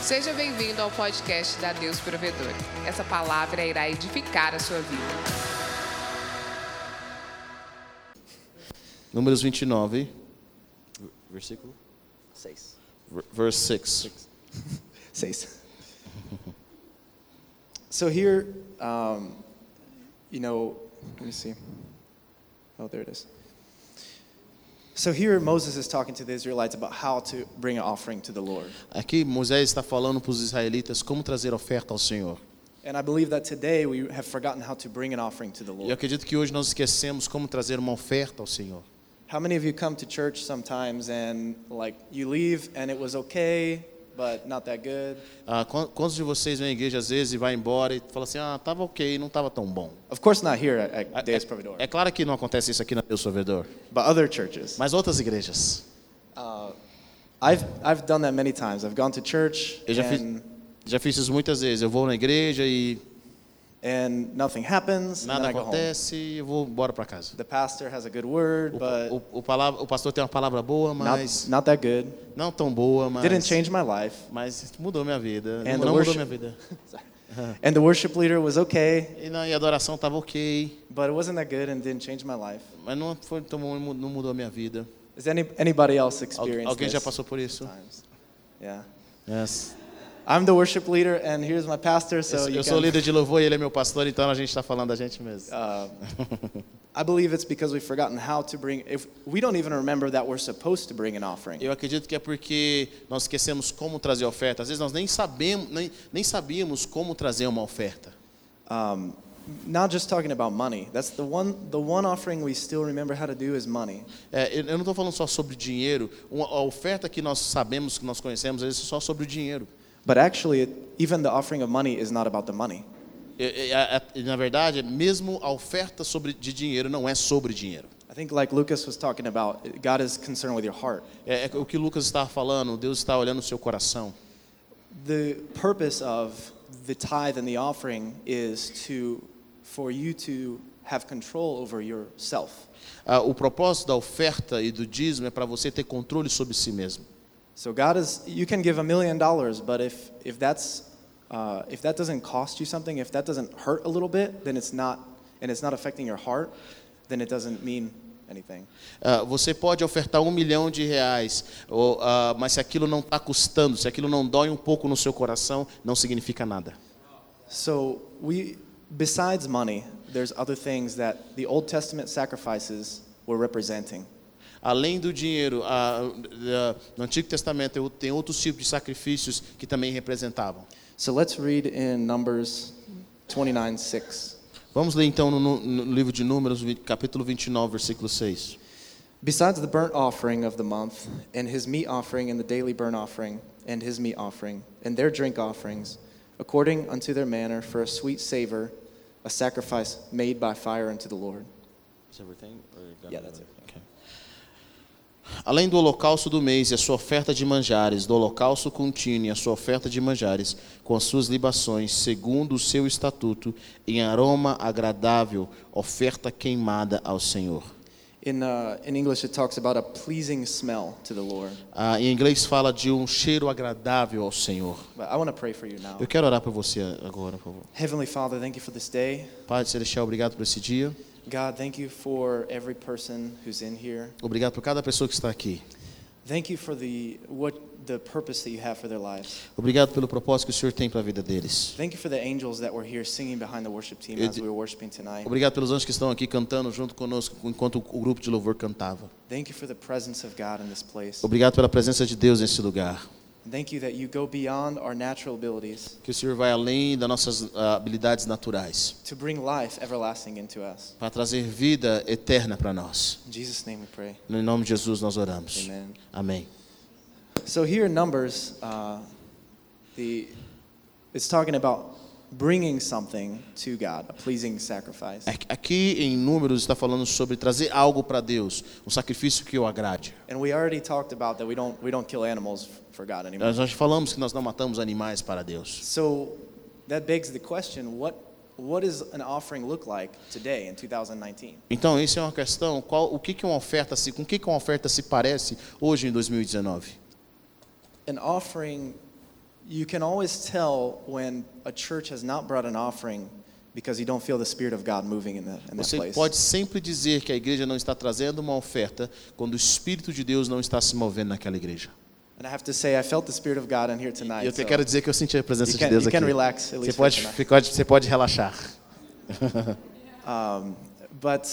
Seja bem-vindo ao podcast da Deus Provedor. Essa palavra irá edificar a sua vida. Números 29, versículo 6. verse 6. 6. So here, let me see. Oh, there it is. So here Moses is talking to the Israelites about how to bring an offering to the Lord. Aqui Moisés está falando para os israelitas como trazer oferta ao Senhor. And I believe that today we have forgotten how to bring an offering to the E eu Lord. acredito que hoje nós esquecemos como trazer uma oferta ao Senhor. How many of you come to church sometimes and like you leave and it was okay, but not that good? Quantos de vocês vêm à igreja às vezes e vai embora e fala assim, estava ok, não estava tão bom? Of course not here at Deus Provedor, É claro que não acontece isso aqui na Deus Provedor, but other churches. mas outras igrejas. I've done that many times. I've gone to church Eu já fiz isso muitas vezes. Eu vou na igreja e and nothing happens, and nada then I go home. acontece e eu vou embora para casa. The pastor has a good word, but O pastor tem uma palavra boa, mas not that good. não tão boa, Didn't change my life. mas mudou minha vida. And Não mudou minha vida. And the worship leader was okay, E a adoração estava ok, but it wasn't that good and didn't change my life. mas não mudou a minha vida. Is anybody else experienced Alguém já this passou por isso? times? Yeah. Yes. I'm the worship leader and here's my pastor, so you Eu sou can líder de louvor e ele é meu pastor, então a gente está falando da gente mesmo. I believe it's because we've forgotten how to bring, if we don't even remember that we're supposed to bring an offering. Eu acredito que é porque nós esquecemos como trazer oferta. Às vezes nós nem sabíamos como trazer uma oferta. Not just talking about money. That's the one offering we still remember how to do is money. Eu não estou falando só sobre dinheiro. A oferta que nós sabemos, que nós conhecemos, às vezes é só sobre o dinheiro. But actually, even the offering of money is not about the money. Na verdade, mesmo a oferta de dinheiro não é sobre dinheiro. I think like Lucas was talking about, God is concerned with your heart. É o que Lucas estava falando, Deus está olhando o seu coração. The purpose of the tithe and the offering is for you to have control over yourself. O propósito da oferta e do dízimo é para você ter controle sobre si mesmo. So you can give $1 million, but if that doesn't cost you something, if that doesn't hurt a little bit, then it's not affecting your heart, then it doesn't mean anything. Você pode ofertar R$1 milhão, mas se aquilo não está custando, se aquilo não dói um pouco no seu coração, não significa nada. So besides money, there's other things that the Old Testament sacrifices were representing. Além do dinheiro, no Antigo Testamento tem outros tipos de sacrifícios que também representavam. So let's read in Numbers 29:6. Vamos ler então no livro de Números, capítulo 29, versículo 6. Besides the burnt offering of the month, and his meat offering, and the daily burnt offering, and his meat offering, and their drink offerings, according unto their manner, for a sweet savor, a sacrifice made by fire unto the Lord. Is everything? Yeah, that's it. Okay. Além do holocausto do mês e a sua oferta de manjares, do holocausto contínuo e a sua oferta de manjares, com as suas libações, segundo o seu estatuto, em aroma agradável, oferta queimada ao Senhor. In English, it talks about a pleasing smell to the Lord. Em inglês fala de um cheiro agradável ao Senhor. But I want to pray for you now. Eu quero orar por você agora, por favor. Heavenly Father, thank you for this day. Pai Celestial, obrigado por esse dia. God, thank you for every person who's in here. Obrigado por cada pessoa que está aqui. Thank you for the purpose that you have for their lives. Obrigado pelo propósito que o Senhor tem para a vida deles. Thank you for the angels that were here singing behind the worship team as we were worshiping tonight. Obrigado pelos anjos que estão aqui cantando junto conosco enquanto o grupo de louvor cantava. Thank you for the presence of God in this place. Obrigado pela presença de Deus nesse lugar. Thank you that you go beyond our natural abilities Que o Senhor vai além das nossas habilidades naturais to bring life everlasting into us. para trazer vida eterna para nós. In Jesus' name we pray. No nome de Jesus nós oramos. Amen. Amém. So here in Numbers, it's talking about bringing something to God, a pleasing sacrifice. Aqui em Números está falando sobre trazer algo para Deus, um sacrifício que o agrade. And we already talked about that we don't kill animals for God anymore. Nós já falamos que nós não matamos animais para Deus. So that begs the question, what does an offering look like today in 2019? Então, isso é uma questão, com que uma oferta se parece hoje em 2019? An offering You can always tell when a church has not brought an offering because you don't feel the Spirit of God moving in that Você place. pode sempre dizer que a igreja não está trazendo uma oferta quando o Espírito de Deus não está se movendo naquela igreja. And I have to say, I felt the Spirit of God in here tonight. E eu so quero dizer que eu senti a presença you de can, Deus you aqui. can relax, at least Você pode relaxar. But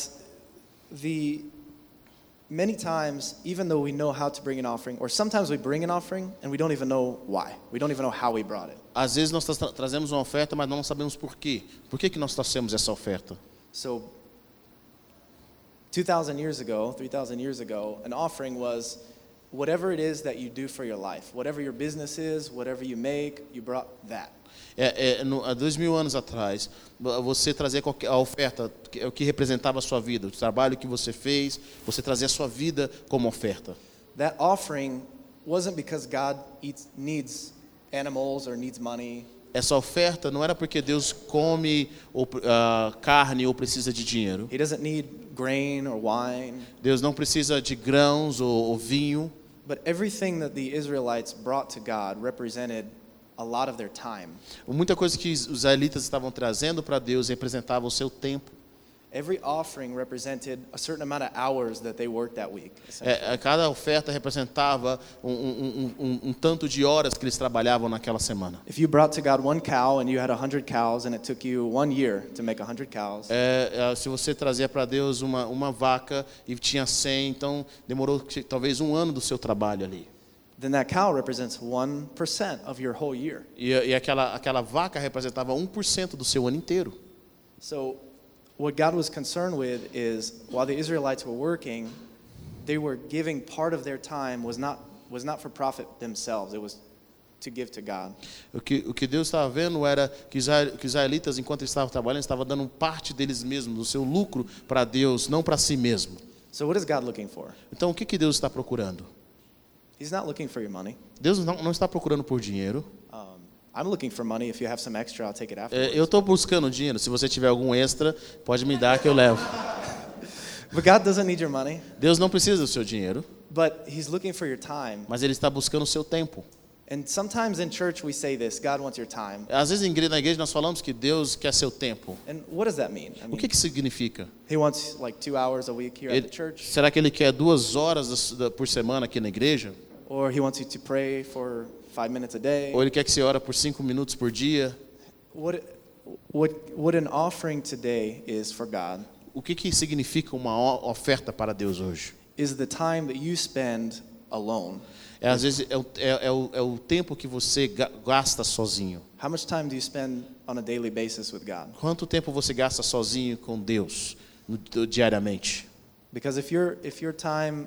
many times, even though we know how to bring an offering, or sometimes we bring an offering and we don't even know why. We don't even know how we brought it. Às vezes nós trazemos uma oferta, mas não sabemos por quê. Por que nós trouxemos essa oferta? So 2,000 years ago, 3,000 years ago, an offering was whatever it is that you do for your life. Whatever your business is, whatever you make, you brought that. Há 2.000 anos atrás, você trazia a oferta, o que representava a sua vida, o trabalho que você fez, você trazia a sua vida como oferta. That offering wasn't because God needs animals or needs money. Essa oferta não era porque Deus come carne ou precisa de dinheiro. He doesn't need grain or wine. Deus não precisa de grãos ou vinho. But everything that the Israelites brought to God represented a lot of their time. Muita coisa que os israelitas estavam trazendo para Deus representava o seu tempo. Every offering represented a certain amount of hours that they worked that week. Cada oferta representava um tanto de horas que eles trabalhavam naquela semana. If you brought to God one cow and you had 100 cows and it took you 1 year to make 100 cows. Se você trazia para Deus uma vaca e tinha 100, então demorou talvez 1 ano do seu trabalho ali. Then that cow represents 1% of your whole year. E aquela vaca representava 1% do seu ano inteiro. So what God was concerned with is while the Israelites were working, they were giving part of their time was not for profit themselves. It was to give to God. O que Deus estava vendo era que os israelitas, enquanto eles estavam trabalhando, estavam dando parte deles mesmos, do seu lucro para Deus, não para si mesmo. So what is God looking for? Então o que Deus está procurando? He's not looking for your money. Deus não está procurando por dinheiro. I'm looking for money. If you have some extra, I'll take it afterwards. Eu estou buscando dinheiro. Se você tiver algum extra, pode me dar que eu levo. But God doesn't need your money. Deus não precisa do seu dinheiro. But He's looking for your time. Mas Ele está buscando o seu tempo. And sometimes in church we say this, God wants your time. Às vezes na igreja nós falamos que Deus quer seu tempo. And what does that mean? O que significa? He wants like 2 hours a week here at the church. Será que Ele quer 2 horas por semana aqui na igreja? Or He wants you to pray for 5 minutes a day. Ou Ele quer que você ore por 5 minutos por dia? What an offering today is for God O que significa uma oferta para Deus hoje? is the time that you spend alone. Às vezes é o tempo que você gasta sozinho. How much time do you spend on a daily basis with God? Quanto tempo você gasta sozinho com Deus diariamente? Because if your time,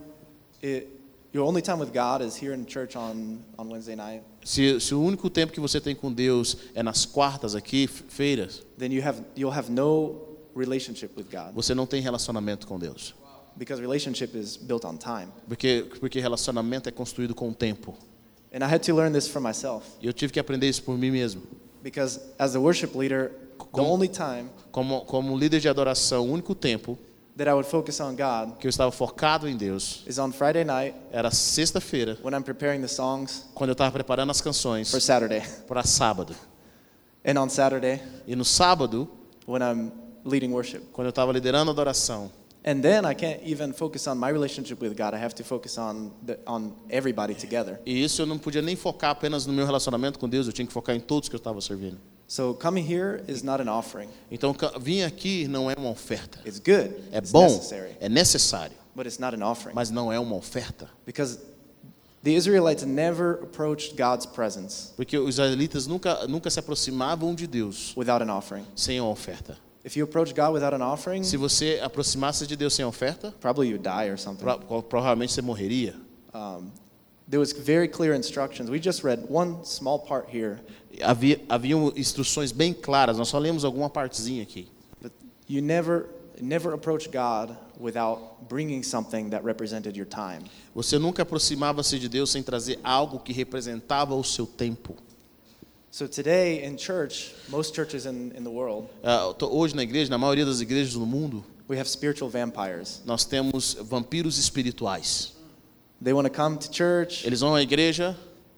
your only time with God is here in church on Wednesday night, Se o único tempo que você tem com Deus é nas quartas aqui, feiras, then you'll have no relationship with God. você não tem relacionamento com Deus. Because relationship is built on time. Porque relacionamento é construído com o tempo. And I had to learn this for myself. E eu tive que aprender isso por mim mesmo. Because as a worship leader, the only time Como líder de adoração, o único tempo that I would focus on God que eu estava focado em Deus is on Friday night era sexta-feira, when I'm preparing the songs quando eu estava preparando as canções for Saturday. para sábado. And on Saturday E no sábado, when I'm leading worship. quando eu estava liderando a adoração. And then I can't even focus on my relationship with God. I have to focus on everybody together. E isso eu não podia nem focar apenas no meu relacionamento com Deus, eu tinha que focar em todos que eu estava servindo. So coming here is not an offering. Então vir aqui não é uma oferta. It's good. É It's bom, necessary, é necessário, but it's not an offering. mas não é uma oferta. Because the Israelites never approached God's presence Porque os israelitas nunca se aproximavam de Deus without an offering. sem uma oferta. If you approach God without an offering, Se você aproximasse de Deus sem oferta, probably you die or something. provavelmente você morreria. There was very clear instructions. We just read one small part here. Haviam instruções bem claras, nós só lemos alguma partezinha aqui. But you never approach God without bringing something that represented your time. Você nunca aproximava-se de Deus sem trazer algo que representava o seu tempo. So today in church, most churches in the world, Hoje na igreja, na maioria das igrejas do mundo, we have spiritual vampires. nós temos vampiros espirituais. They want to come to church Eles vão à igreja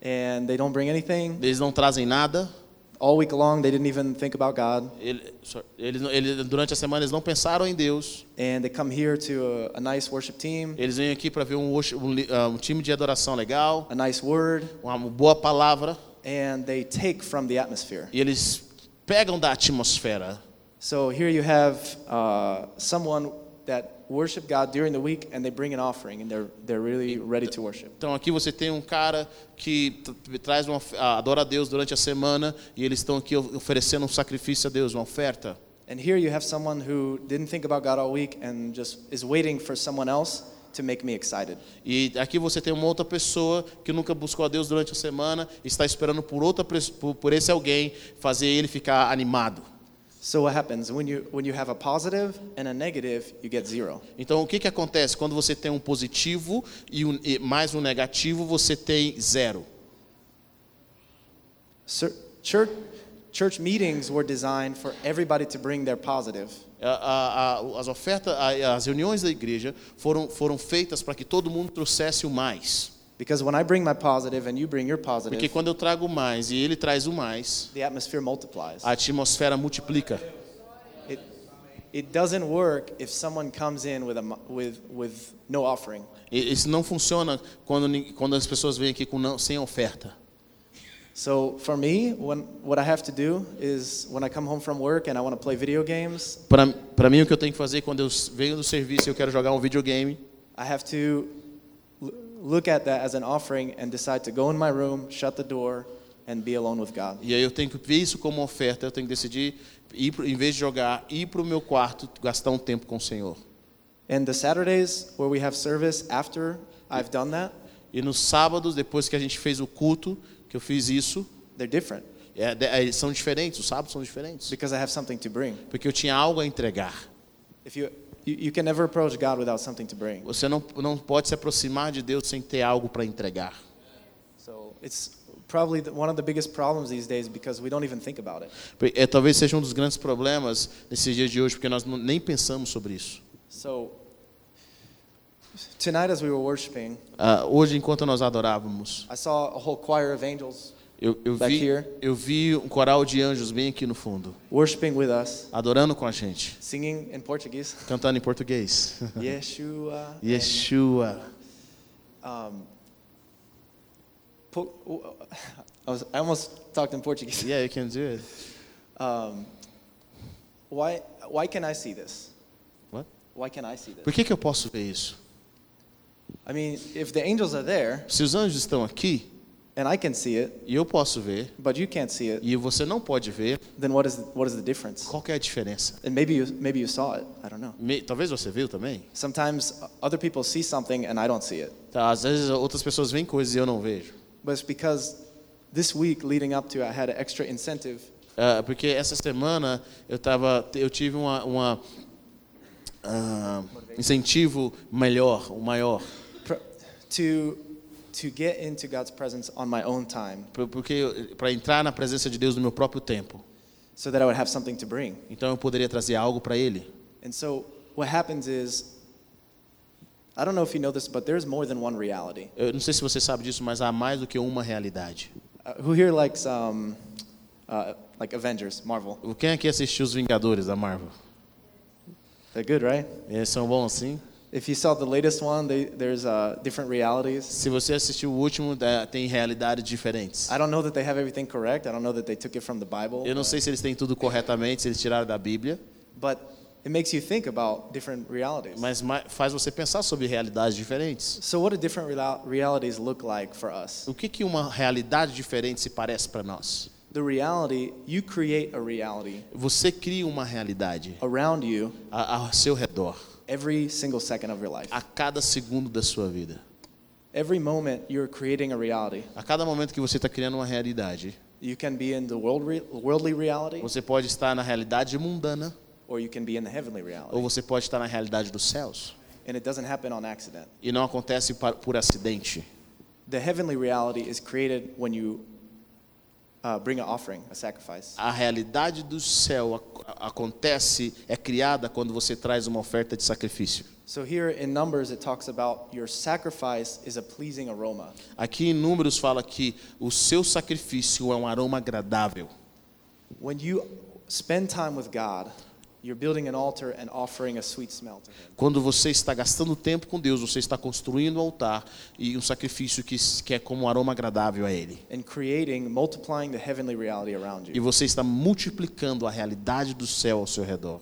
and they don't bring anything. Eles não trazem nada. All week long, they didn't even think about God. Durante a semana eles não pensaram em Deus. And they come here to a nice worship team, Eles vêm aqui para ver um time de adoração legal, a nice word, uma boa palavra, and they take from the atmosphere. e eles pegam da atmosfera. So here you have someone that worship God during the week, and they bring an offering, and they're really ready to worship. Então aqui você tem um cara que traz adora a Deus durante a semana, e eles estão aqui oferecendo um sacrifício a Deus, uma oferta. And here you have someone who didn't think about God all week and just is waiting for someone else to make me excited. E aqui você tem uma outra pessoa que nunca buscou a Deus durante a semana, e está esperando por esse alguém fazer ele ficar animado. So what happens when you have a positive and a negative, you get zero. Então o que acontece quando você tem um positivo e mais um negativo, você tem zero. Church meetings were designed for everybody to bring their positive. As reuniões da igreja foram feitas para que todo mundo trouxesse o mais. Because when I bring my positive and you bring your Porque positive, quando eu trago o mais e ele traz o mais, the atmosphere multiplies. a atmosfera multiplica. It doesn't work if someone comes in with no offering. Isso não funciona quando as pessoas vêm aqui sem oferta. So for me, what I have to do is when I come home from work and I want to play video games, Para mim o que eu tenho que fazer quando eu venho do serviço e eu quero jogar um videogame, I have to look at that as an offering and decide to go in my room, shut the door, and be alone with God. e aí eu tenho que ver isso como oferta, eu tenho que decidir em vez de jogar, ir para o meu quarto, gastar um tempo com o Senhor. And the Saturdays where we have service after I've done that, E nos sábados, depois que a gente fez o culto, que eu fiz isso, they're different são diferentes, os sábados são diferentes. because I have something to bring. Porque eu tinha algo a entregar. If you can never approach God without something to bring. Você não pode se aproximar de Deus sem ter algo para entregar. So it's probably one of the biggest problems these days because we don't even think about it. Talvez seja um dos grandes problemas nesses dias de hoje, porque nós nem pensamos sobre isso. So tonight as we were worshiping, Hoje, enquanto nós adorávamos, I saw a whole choir of angels back vi, here eu vi um coral de anjos bem aqui no fundo, worshiping with us, adorando com a gente, singing in Portuguese. cantando em português. Yeshua. Yeshua. I almost talked in Portuguese. Yeah, you can do it. Why can I see this? What? Why can I see this? Por que eu posso ver isso? I mean, if the angels are there Se os anjos estão aqui and I can see it, e eu posso ver but you can't see it, e você não pode ver, then what is the difference? qual que é a diferença? And maybe you saw it. I don't know. Talvez você viu também. Sometimes other people see something and I don't see it. Tá, às vezes outras pessoas veem coisas e eu não vejo. But it's because this week leading up to I had an extra incentive Porque essa semana eu tive uma incentivo maior. to get into God's presence on my own time Para entrar na presença de Deus no meu próprio tempo. so that I would have something to bring. Então eu poderia trazer algo para Ele. And so what happens is, I don't know if you know this, but there's more than one reality. Eu não sei se você sabe disso, mas há mais do que uma realidade. Who here likes like Avengers, Marvel? Quem aqui assistiu Os Vingadores da Marvel? They're good, right? Eles são bons assim? If you saw the latest one, there's different realities. Se você assistiu o último, tem realidades diferentes. I don't know that they have everything correct. I don't know that they took it from the Bible. Eu não sei se eles têm tudo corretamente, se eles tiraram da Bíblia, But it makes you think about different realities. mas faz você pensar sobre realidades diferentes. So what do different realities look like for us? O que uma realidade diferente se parece para nós? The reality, you create a reality Você cria uma realidade around you ao seu redor, every single second of your life. a cada segundo da sua vida. Every moment you're creating a reality. A cada momento que você está criando uma realidade, You can be in the worldly reality, você pode estar na realidade mundana, or you can be in the heavenly ou reality. você pode estar na realidade dos céus. And it doesn't happen on accident. E não acontece por acidente. The heavenly reality is created when you bring an offering, a sacrifice. A realidade do céu é criada quando você traz uma oferta de sacrifício. So here in Numbers it talks about your sacrifice is a pleasing aroma. Aqui em Números fala que o seu sacrifício é um aroma agradável. When you spend time with God, you're building an altar and offering a sweet smell to him. Quando você está gastando tempo com Deus, você está construindo um altar e um sacrifício que é como um aroma agradável a Ele. And creating, multiplying the heavenly reality around E you. você está multiplicando a realidade do céu ao seu redor.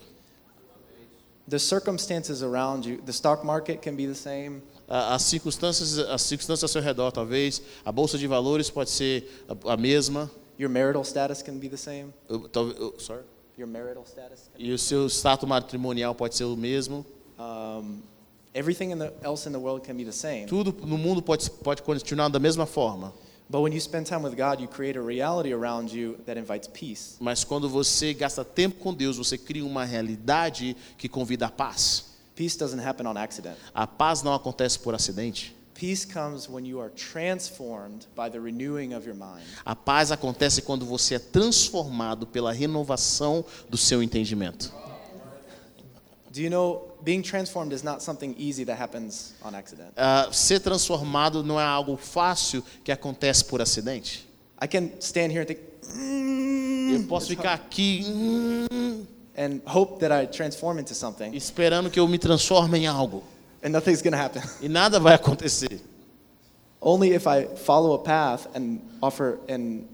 The circumstances around you, the stock market can be the same. As circunstâncias ao seu redor, talvez, a bolsa de valores pode ser a mesma. Your marital status can be the same. Sorry? Your marital status. E o seu status matrimonial pode ser o mesmo. Everything else in the world can be the same. Tudo no mundo pode continuar da mesma forma. But when you spend time with God, you create a reality around you that invites peace. Mas quando você gasta tempo com Deus, você cria uma realidade que convida a paz. Peace doesn't happen on accident. A paz não acontece por acidente. Peace comes when you are transformed by the renewing of your mind. A paz acontece quando você é transformado pela renovação do seu entendimento. Do you know being transformed is not something easy that happens on accident? Ser transformado não é algo fácil que acontece por acidente. I can stand here and think, Eu posso ficar aqui and hope that I transform into something, esperando que eu me transforme em algo. and nothing's going to happen. E nada vai acontecer. Only if I follow a path and offer, and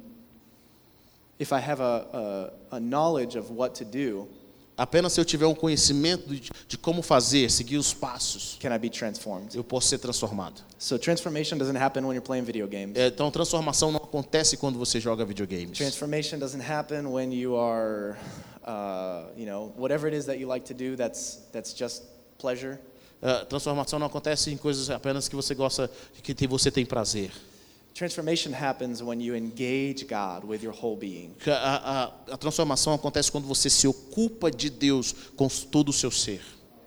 if I have a knowledge of what to do, Apenas se eu tiver um conhecimento de como fazer, seguir os passos, can I be transformed. eu posso ser transformado. So transformation doesn't happen when you're playing video games. Então, transformação não acontece quando você joga videogames. Transformation doesn't happen when you are, whatever it is that you like to do that's just pleasure. Transformação não acontece em coisas apenas que você gosta, que você tem prazer. Transformation happens when you engage God with your whole being. A transformação acontece quando você se ocupa de Deus com todo o seu ser.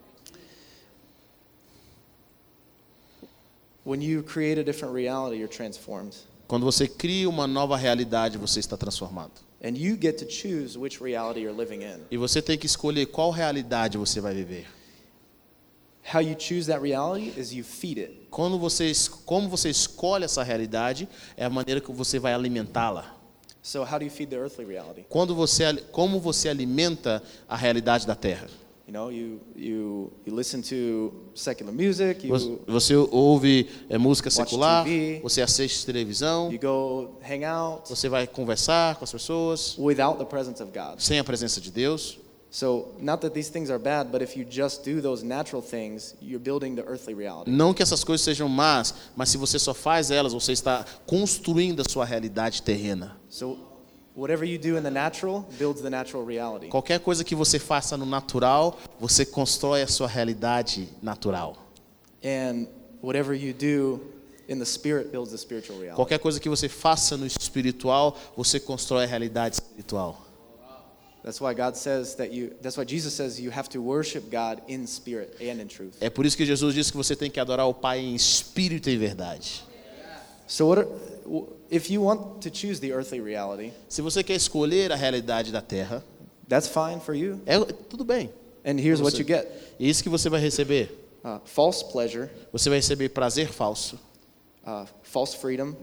When you create a different reality, you're transformed. Quando você cria uma nova realidade, você está transformado. And you get to choose which reality you're living in. E você tem que escolher qual realidade você vai viver. How you choose that reality is you feed it. Como você escolhe essa realidade, é a maneira que você vai alimentá-la. So how do you feed the earthly reality? Como você alimenta a realidade da terra? You know, you listen to secular music, Você ouve música Watch secular, TV. você assiste televisão, you go hang out você vai conversar com as pessoas, without the presence of God. sem a presença de Deus. So not that these things are bad, but if you just do those natural things, you're building the earthly reality. Não que essas coisas sejam más, mas se você só faz elas, você está construindo a sua realidade terrena. So whatever you do in the natural builds the natural reality. Qualquer coisa que você faça no natural, você constrói a sua realidade natural. And whatever you do in the spirit builds the spiritual reality. Qualquer coisa que você faça no espiritual, você constrói a realidade espiritual. That's why Jesus says you have to worship God in spirit and in truth. É por isso que Jesus disse que você tem que adorar o Pai em espírito e verdade. So if you want to choose the earthly reality, Se você quer escolher a realidade da terra, that's fine for you. tudo bem. And here's what you get. É isso que você vai receber. False pleasure, Você vai receber prazer falso, false freedom,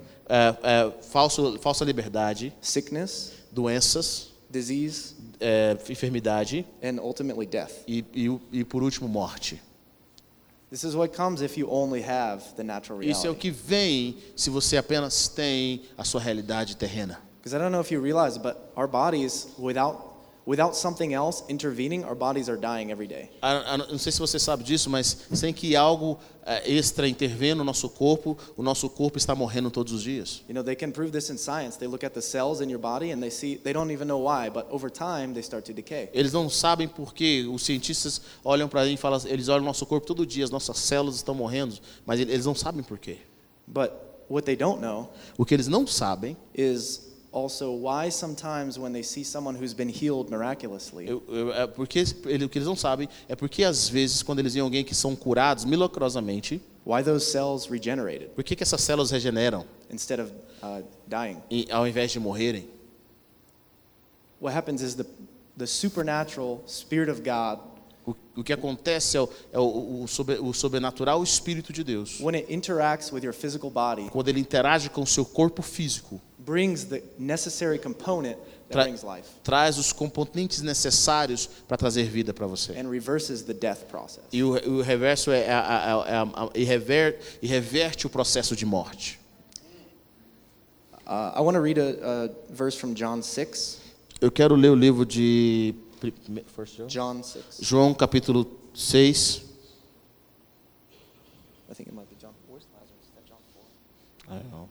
falsa liberdade, sickness, doenças, disease, enfermidade and ultimately death. e por último morte. This is what comes if you only have the natural Isso é o reality. que vem se você apenas tem a sua realidade terrena. Because I don't know if you realize, but our bodies, without something else intervening, our bodies are dying every day. Não sei se você sabe disso, mas sem que algo extra intervenha no nosso corpo, o nosso corpo está morrendo todos os dias. You know, they can prove this in science. They look at the cells in your body and they don't even know why, but over time they start to decay. Eles não sabem por quê. Os cientistas olham para ele e falam, eles olham o nosso corpo todo dia, as nossas células estão morrendo, mas eles não sabem por quê. But what they don't know O que eles não sabem is also why sometimes when they see someone who's been healed miraculously, o que eles não sabem é porque às vezes quando eles veem alguém que são curados milagrosamente, why those cells regenerated por que essas células regeneram instead of dying. ao invés de morrerem? What happens is the supernatural Spirit of God O que acontece é o sobrenatural, o Espírito de Deus. when it interacts with your physical body, Quando ele interage com o seu corpo físico, brings the necessary component that Tra- brings life traz os componentes necessários para trazer vida para você. and reverses the death process. E o reverso e reverte o processo de morte. I want to read a verse from John 6. Eu quero ler o livro de John 6. João, capítulo 6. I think it might be John. Where's Lazarus? Is that John 4? I don't know.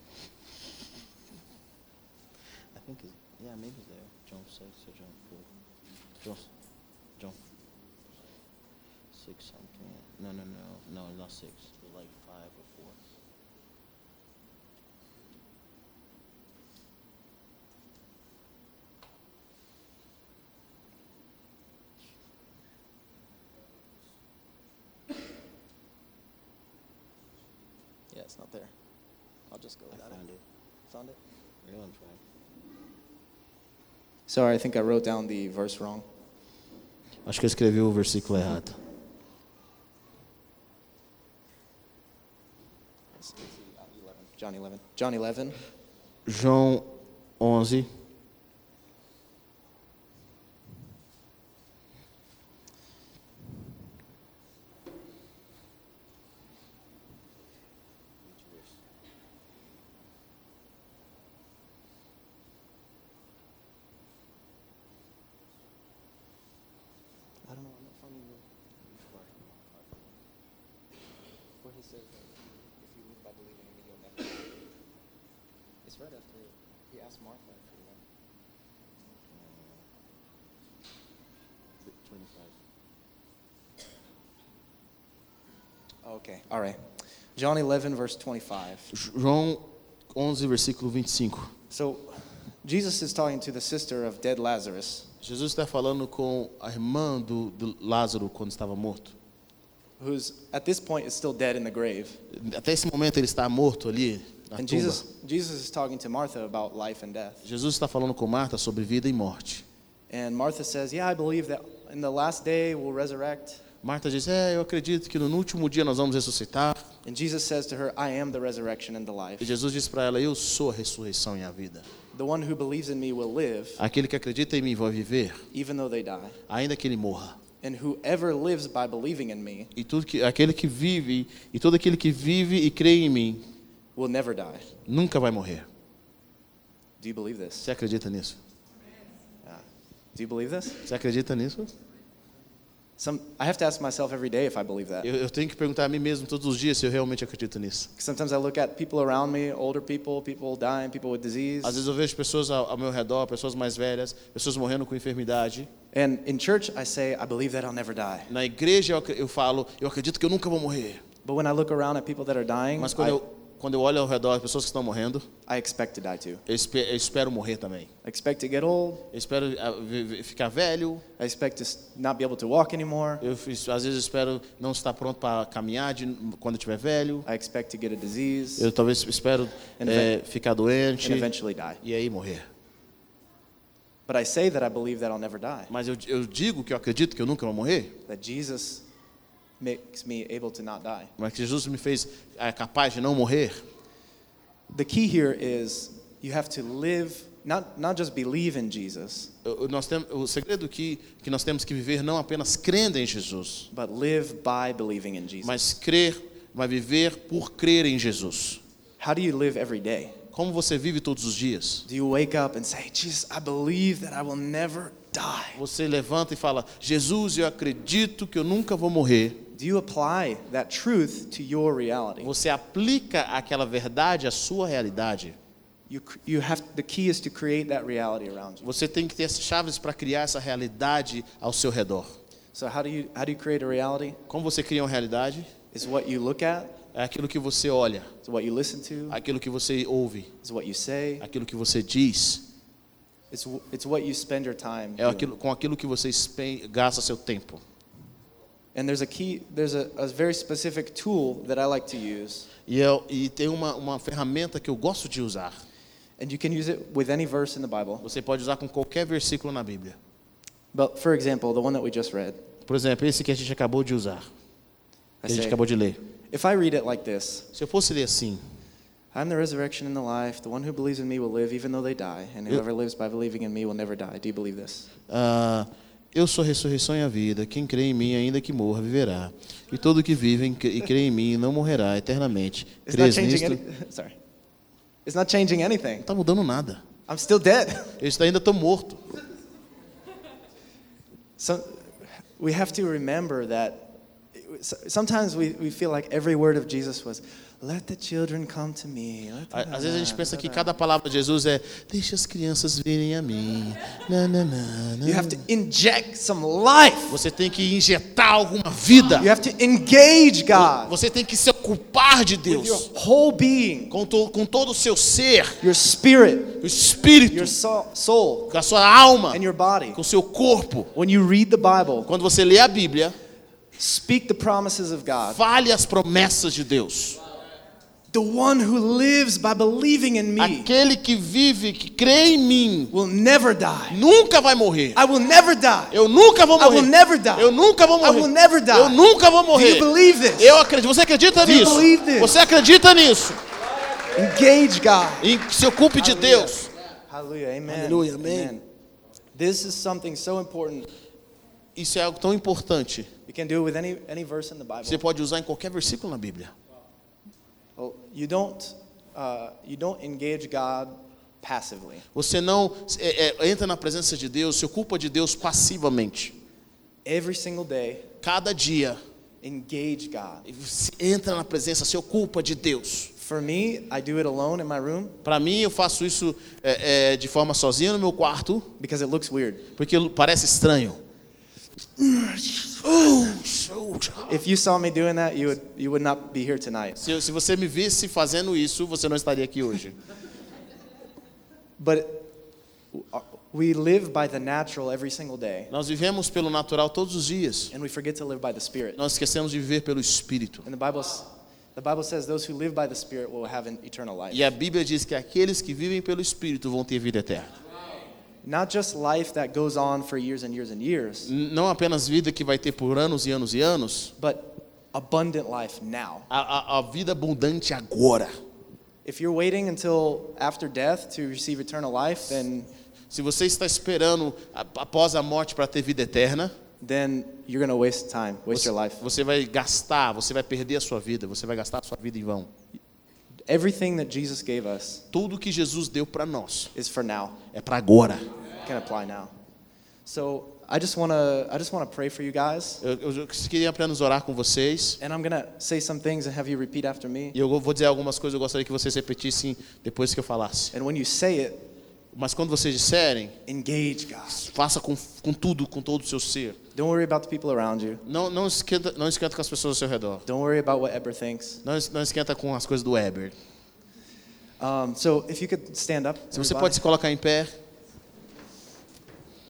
I think maybe there. John 6 or John 4. John 6 something. No, not 6. Like 5 or 4. Yeah, it's not there. I'll just go without it. Found it? You're on track. Sorry, I think I wrote down the verse wrong. Acho que eu escrevi o versículo errado. John 11. John 11. João 11. I don't know. I'm not finding the part where he says that if you live by believing in me, you'll never die. It's right after he asked Martha if he went. 25. Okay. All right. John 11, verse 25. João 11, versículo 25. So, Jesus is talking to the sister of dead Lazarus, Jesus está falando com a irmã do Lázaro quando estava morto. who's at this point is still dead in the grave. Até esse momento ele está morto ali na And tumba. Jesus is talking to Martha about life and death. Jesus está falando com Marta sobre vida e morte. And Martha says, "Yeah, I believe that in the last day we'll resurrect." Marta diz, eu acredito que no último dia nós vamos ressuscitar. And Jesus says to her, "I am the resurrection and the E life. Jesus diz para ela, eu sou a ressurreição e a vida. The one who believes in me will live, Aquele que acredita em mim vai viver, even though they die. ainda que ele morra. And whoever lives by believing in me E aquele que vive, e todo aquele que vive e crê em mim, will never die." nunca vai morrer. Do you believe this? Você acredita nisso? Do you believe this? Você acredita nisso? I have to ask myself every day if I believe that. Eu tenho que perguntar a mim mesmo todos os dias se eu realmente acredito nisso. Sometimes I look at people around me, older people dying, people with disease. Às vezes eu vejo pessoas ao meu redor, pessoas mais velhas, pessoas morrendo com enfermidade. And in church, I say, I believe that I'll never die. Na igreja eu falo, eu acredito que eu nunca vou morrer. But when I look around at people that are dying, Mas quando eu olho ao redor as pessoas que estão morrendo, I expect to die too. eu espero morrer também. I expect to get old. Eu espero ficar velho. I expect to not be able to walk anymore. Às vezes espero não estar pronto para caminhar quando eu estiver velho. I expect to get a disease Eu talvez espero ficar doente and eventually die. e aí morrer. But I say that I believe that I'll never die. Mas eu digo que eu acredito que eu nunca vou morrer. That Jesus makes me able to not die. Mas que Jesus me fez capaz de não morrer. The key here is you have to live, not just believe in Jesus, O segredo que nós temos que viver não apenas crendo em Jesus, but live by believing in Jesus. mas viver por crer em Jesus. How do you live every day? Como você vive todos os dias? Do you wake up and say, Jesus, I believe that I will never die? Você levanta e fala, Jesus, eu acredito que eu nunca vou morrer. Do you apply that truth to your reality? Você aplica aquela verdade à sua realidade. The key is to create that reality around you. Você tem que ter as chaves para criar essa realidade ao seu redor. So how do you create a reality? Como você cria uma realidade? Is what you look at, É aquilo que você olha, is what you listen to, aquilo que você ouve, is what you say, aquilo que você diz. it's what you spend your time É doing. com aquilo que você gasta seu tempo. And there's a very specific tool that I like to use. E tem uma ferramenta que eu gosto de usar. And you can use it with any verse in the Bible. Você pode usar com qualquer versículo na Bíblia. But for example, the one that we just read, Por exemplo, esse que a gente acabou de usar, que a gente say, acabou de ler. if I read it like this, Se eu fosse ler assim, I'm the resurrection and the life. The one who believes in me will live even though they die. And whoever lives by believing in me will never die. Do you believe this? eu sou a ressurreição e a vida. Quem crê em mim, ainda que morra, viverá. E todo que vive e crê em mim não morrerá eternamente. It's not Crês changing nisto? Sorry. It's not changing anything. Não está mudando nada. I'm still dead. Eu ainda estou morto. So we have to remember that sometimes we feel like every word of Jesus was, let the children come to me. Às vezes a gente pensa que cada palavra de Jesus é, deixa as crianças virem a mim. You have to inject some life. Você tem que injetar alguma vida. You have to engage God Você tem que se ocupar de with Deus. your whole being, Com todo o seu ser, your spirit, o espírito, your soul, com a sua alma, and your body. com o seu corpo. When you read the Bible, Quando você lê a Bíblia, speak the promises of God. fale as promessas de Deus. The one who lives by believing in me Aquele que vive, que crê em mim, will never die. nunca vai morrer. I will never die. Eu nunca vou I morrer. will never die. Eu nunca vou I will morrer. never die. Eu nunca vou Do morrer. you believe this? Eu acredito. Você acredita Do you nisso? believe this? Você acredita nisso? Engage God. E se ocupe de Deus. Hallelujah. Amen. Hallelujah. Amen. This is something so important. Isso é algo tão importante. You can do it with any verse in the Bible. Você pode usar em qualquer versículo na Bíblia. Well, you don't engage God passively. Você não entra na presença de Deus, se ocupa de Deus passivamente. Every single day, Cada dia, engage God. você entra na presença, se ocupa de Deus. For me, I do it alone in my room Para mim, eu faço isso de forma sozinha no meu quarto, because it looks weird. porque parece estranho. If you saw me doing that, you would not be here tonight. Se você me visse fazendo isso, você não estaria aqui hoje. But we live by the natural every single day, Nós vivemos pelo natural todos os dias. and we forget to live by the Spirit. Nós esquecemos de viver pelo Espírito. And the Bible says those who live by the Spirit will have an eternal life. E a Bíblia diz que aqueles que vivem pelo Espírito vão ter vida eterna. Not just life that goes on for years and years and years, Não apenas vida que vai ter por anos e anos e anos, but abundant life now. a vida abundante agora. If you're waiting until after death to receive eternal life, Se você está esperando após a morte para ter vida eterna, then you're going to waste time, waste your life. você vai gastar, você vai perder a sua vida, você vai gastar a sua vida em vão. Everything that Jesus gave us Tudo que Jesus deu para nós is for now. é para agora. It can apply now. So I just want to pray for you guys, Eu queria apenas orar com vocês. and I'm going to say some things and have you repeat after me. E eu vou dizer algumas coisas, eu gostaria que vocês repetissem depois que eu falasse. And when you say it, Mas quando vocês disserem, engage God. faça com tudo, com todo o seu ser. Don't worry about the people around you. Não esquenta com as pessoas ao seu redor. Don't worry about what Eber thinks. Não esquenta com as coisas do Weber. So if you could stand up. Se você everybody. pode se colocar em pé.